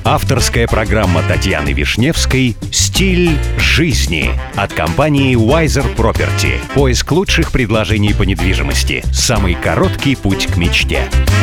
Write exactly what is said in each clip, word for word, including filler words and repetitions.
Авторская программа Татьяны Вишневской «Стиль жизни» от компании Wiser Property. Поиск лучших предложений по недвижимости. Самый короткий путь к мечте.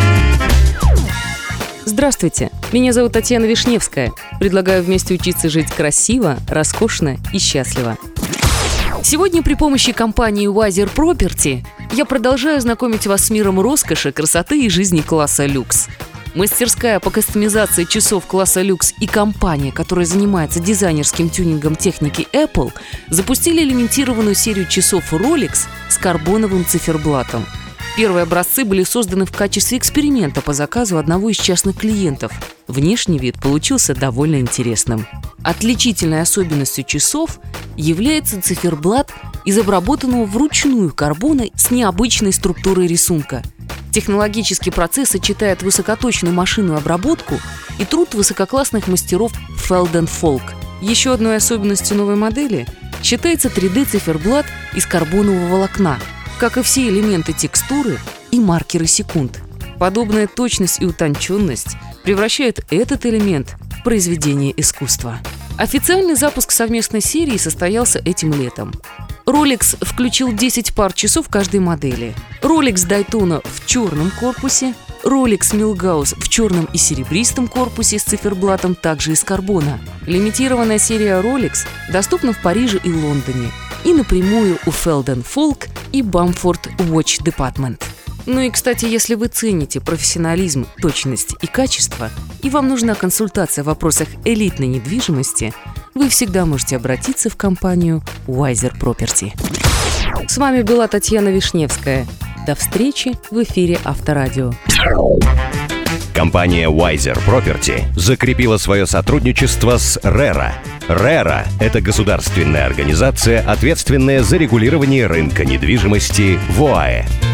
Здравствуйте, меня зовут Татьяна Вишневская. Предлагаю вместе учиться жить красиво, роскошно и счастливо. Сегодня при помощи компании Wiser Property я продолжаю знакомить вас с миром роскоши, красоты и жизни класса люкс. Мастерская по кастомизации часов класса люкс и компания, которая занимается дизайнерским тюнингом техники Apple, запустили лимитированную серию часов Rolex с карбоновым циферблатом. Первые образцы были созданы в качестве эксперимента по заказу одного из частных клиентов. Внешний вид получился довольно интересным. Отличительной особенностью часов является циферблат из обработанного вручную карбона с необычной структурой рисунка. Технологический процесс сочетает высокоточную машинную обработку и труд высококлассных мастеров Felden Folk. Еще одной особенностью новой модели считается три дэ-циферблат из карбонового волокна, как и все элементы текстуры и маркеры секунд. Подобная точность и утонченность превращают этот элемент в произведение искусства. Официальный запуск совместной серии состоялся этим летом. Rolex включил десять пар часов каждой модели. Rolex Daytona в черном корпусе, Rolex Milgauss в черном и серебристом корпусе с циферблатом также из карбона. Лимитированная серия Rolex доступна в Париже и Лондоне и напрямую у Felden Folk и Bamford Watch Department. Ну и, кстати, если вы цените профессионализм, точность и качество, и вам нужна консультация в вопросах элитной недвижимости, вы всегда можете обратиться в компанию Wiser Property. С вами была Татьяна Вишневская. До встречи в эфире Авторадио. Компания Wiser Property закрепила свое сотрудничество с рера. рера – это государственная организация, ответственная за регулирование рынка недвижимости в ОАЭ.